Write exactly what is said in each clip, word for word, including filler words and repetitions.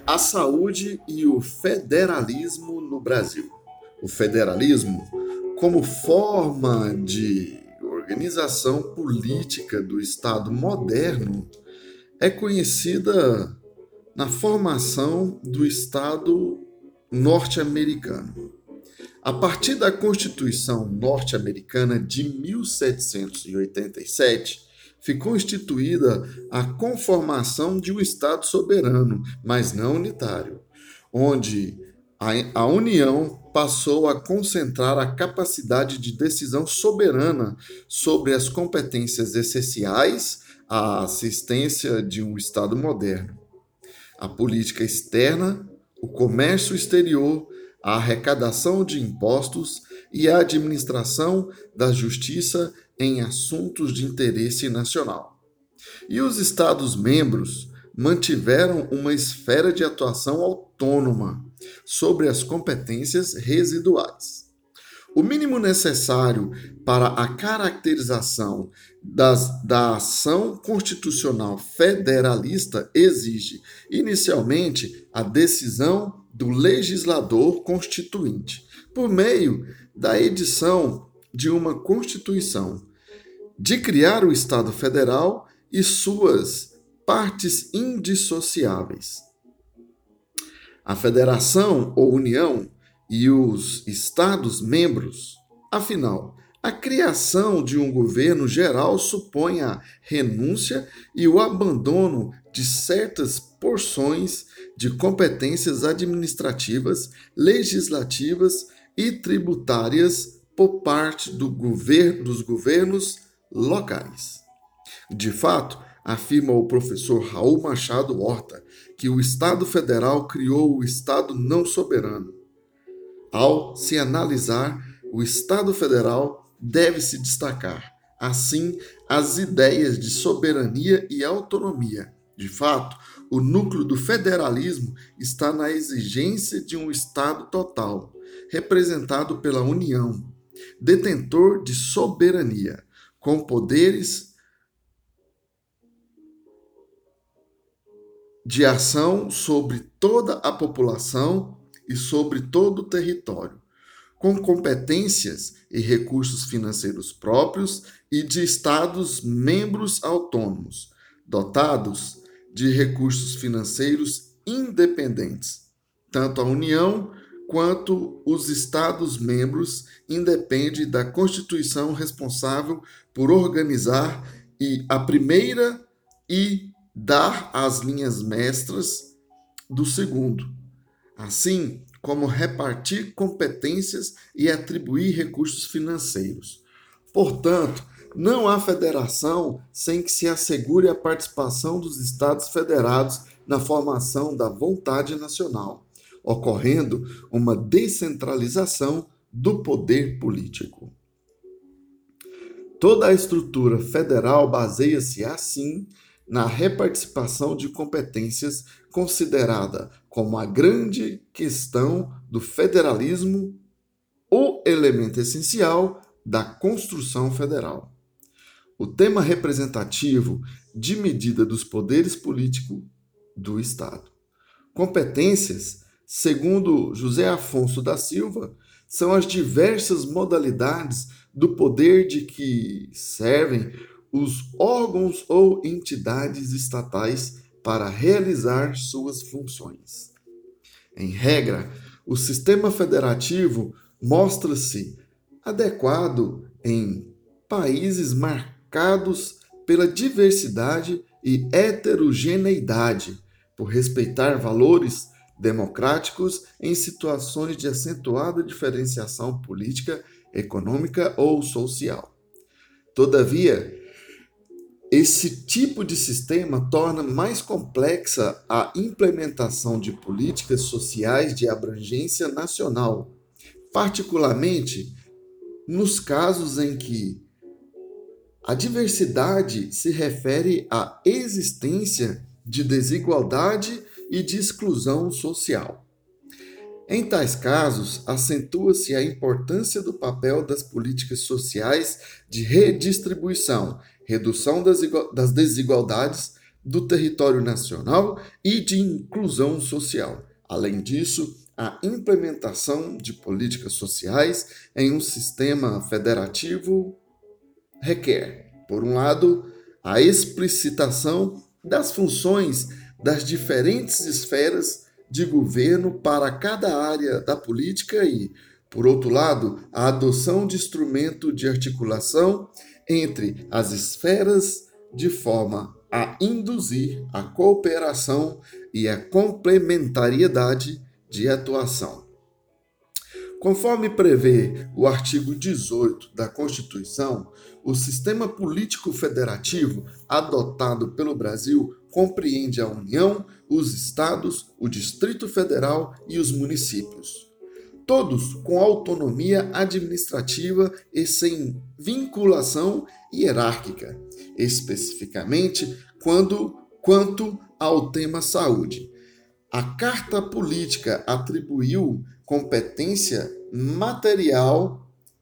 A saúde e o federalismo no Brasil. O federalismo, como forma de organização política do Estado moderno, é conhecida na formação do Estado norte-americano. A partir da Constituição norte-americana de mil setecentos e oitenta e sete, ficou instituída a conformação de um Estado soberano, mas não unitário, onde a, a União passou a concentrar a capacidade de decisão soberana sobre as competências essenciais à assistência de um Estado moderno: a política externa, o comércio exterior, a arrecadação de impostos e a administração da justiça em assuntos de interesse nacional. E os Estados-membros mantiveram uma esfera de atuação autônoma sobre as competências residuais. O mínimo necessário para a caracterização das, da ação constitucional federalista exige, inicialmente, a decisão do legislador constituinte, por meio da edição de uma Constituição, de criar o Estado Federal e suas partes indissociáveis. A Federação ou União e os Estados-membros. Afinal, a criação de um governo geral supõe a renúncia e o abandono de certas porções de competências administrativas, legislativas e tributárias por parte do gover- dos governos locais. De fato, afirma o professor Raul Machado Horta, que o Estado Federal criou o Estado não soberano. Ao se analisar, o Estado Federal deve se destacar, assim, as ideias de soberania e autonomia. De fato, o núcleo do federalismo está na exigência de um Estado total, representado pela União, detentor de soberania, com poderes de ação sobre toda a população e sobre todo o território, com competências e recursos financeiros próprios e de Estados membros autônomos, dotados de recursos financeiros independentes. Tanto a União quanto os Estados-membros independem da Constituição responsável por organizar e a primeira e dar as linhas mestras do segundo, assim como repartir competências e atribuir recursos financeiros. Portanto, não há federação sem que se assegure a participação dos Estados federados na formação da vontade nacional, ocorrendo uma descentralização do poder político. Toda a estrutura federal baseia-se, assim, na repartição de competências, considerada como a grande questão do federalismo, o elemento essencial da construção federal. O tema representativo de medida dos poderes políticos do Estado. Competências, segundo José Afonso da Silva, são as diversas modalidades do poder de que servem os órgãos ou entidades estatais para realizar suas funções. Em regra, o sistema federativo mostra-se adequado em países marcados pela diversidade e heterogeneidade, por respeitar valores democráticos em situações de acentuada diferenciação política, econômica ou social. Todavia, esse tipo de sistema torna mais complexa a implementação de políticas sociais de abrangência nacional, particularmente nos casos em que a diversidade se refere à existência de desigualdade e de exclusão social. Em tais casos, acentua-se a importância do papel das políticas sociais de redistribuição, redução das desigualdades, do território nacional e de inclusão social. Além disso, a implementação de políticas sociais em um sistema federativo requer, por um lado, a explicitação das funções das diferentes esferas de governo para cada área da política e, por outro lado, a adoção de instrumento de articulação entre as esferas de forma a induzir a cooperação e a complementariedade de atuação. Conforme prevê o artigo dezoito da Constituição, o sistema político federativo adotado pelo Brasil compreende a União, os estados, o Distrito Federal e os municípios. Todos com autonomia administrativa e sem vinculação hierárquica, especificamente quando, quanto ao tema saúde. A Carta Política atribuiu competência material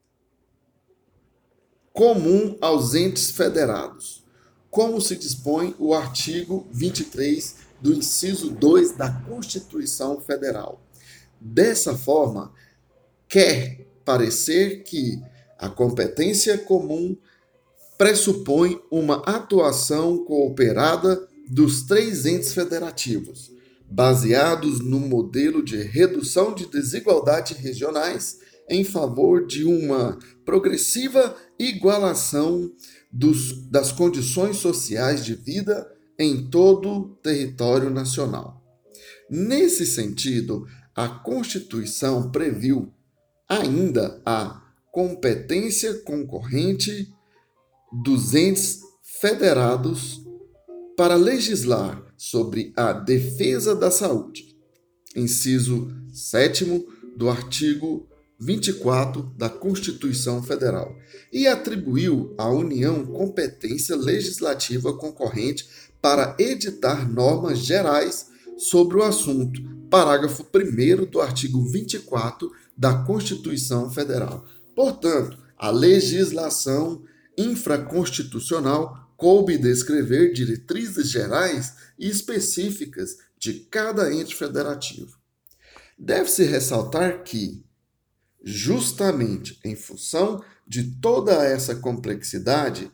comum aos entes federados, como se dispõe o artigo vinte e três do inciso dois da Constituição Federal. Dessa forma, quer parecer que a competência comum pressupõe uma atuação cooperada dos três entes federativos, baseados no modelo de redução de desigualdades regionais em favor de uma progressiva igualação dos, das condições sociais de vida em todo o território nacional. Nesse sentido, a Constituição previu ainda a competência concorrente dos entes federados para legislar sobre a defesa da saúde, inciso sétimo do artigo vinte e quatro da Constituição Federal, e atribuiu à União competência legislativa concorrente para editar normas gerais sobre o assunto, parágrafo primeiro do artigo vinte e quatro da Constituição Federal. Portanto, a legislação infraconstitucional coube descrever diretrizes gerais e específicas de cada ente federativo. Deve-se ressaltar que, justamente em função de toda essa complexidade,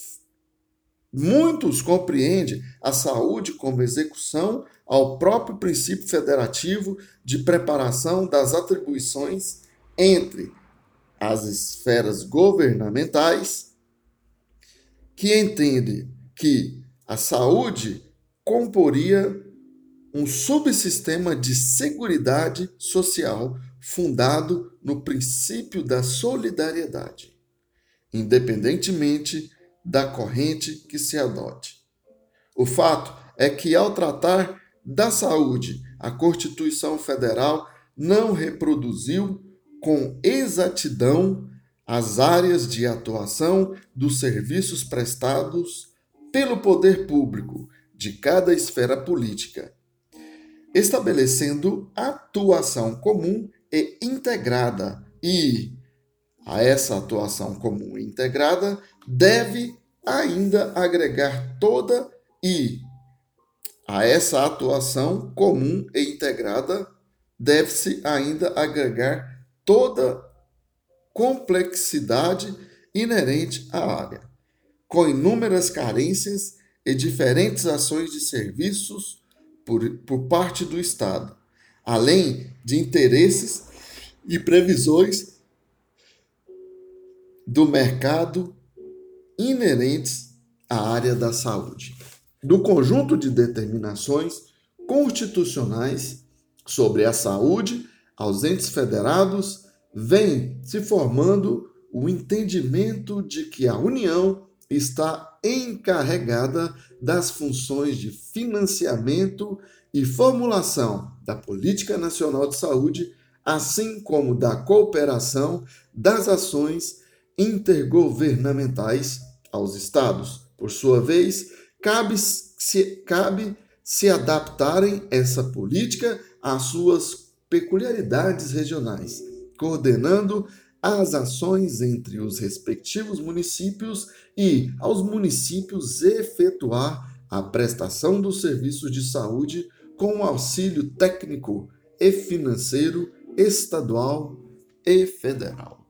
muitos compreendem a saúde como execução ao próprio princípio federativo de preparação das atribuições entre as esferas governamentais, que entende que a saúde comporia um subsistema de seguridade social fundado no princípio da solidariedade, independentemente da corrente que se adote. O fato é que, ao tratar da saúde, a Constituição Federal não reproduziu com exatidão as áreas de atuação dos serviços prestados pelo poder público de cada esfera política, estabelecendo atuação comum e integrada, e a essa atuação comum e integrada deve ainda agregar toda e a essa atuação comum e integrada deve-se ainda agregar toda complexidade inerente à área, com inúmeras carências e diferentes ações de serviços por, por parte do Estado, além de interesses e previsões do mercado inerentes à área da saúde. Do conjunto de determinações constitucionais sobre a saúde aos entes federados, vem se formando o entendimento de que a União está encarregada das funções de financiamento e formulação da Política Nacional de Saúde, assim como da cooperação das ações intergovernamentais aos Estados. Por sua vez, cabe se, cabe se adaptarem essa política às suas peculiaridades regionais, coordenando as ações entre os respectivos municípios e aos municípios efetuar a prestação dos serviços de saúde com o auxílio técnico e financeiro estadual e federal.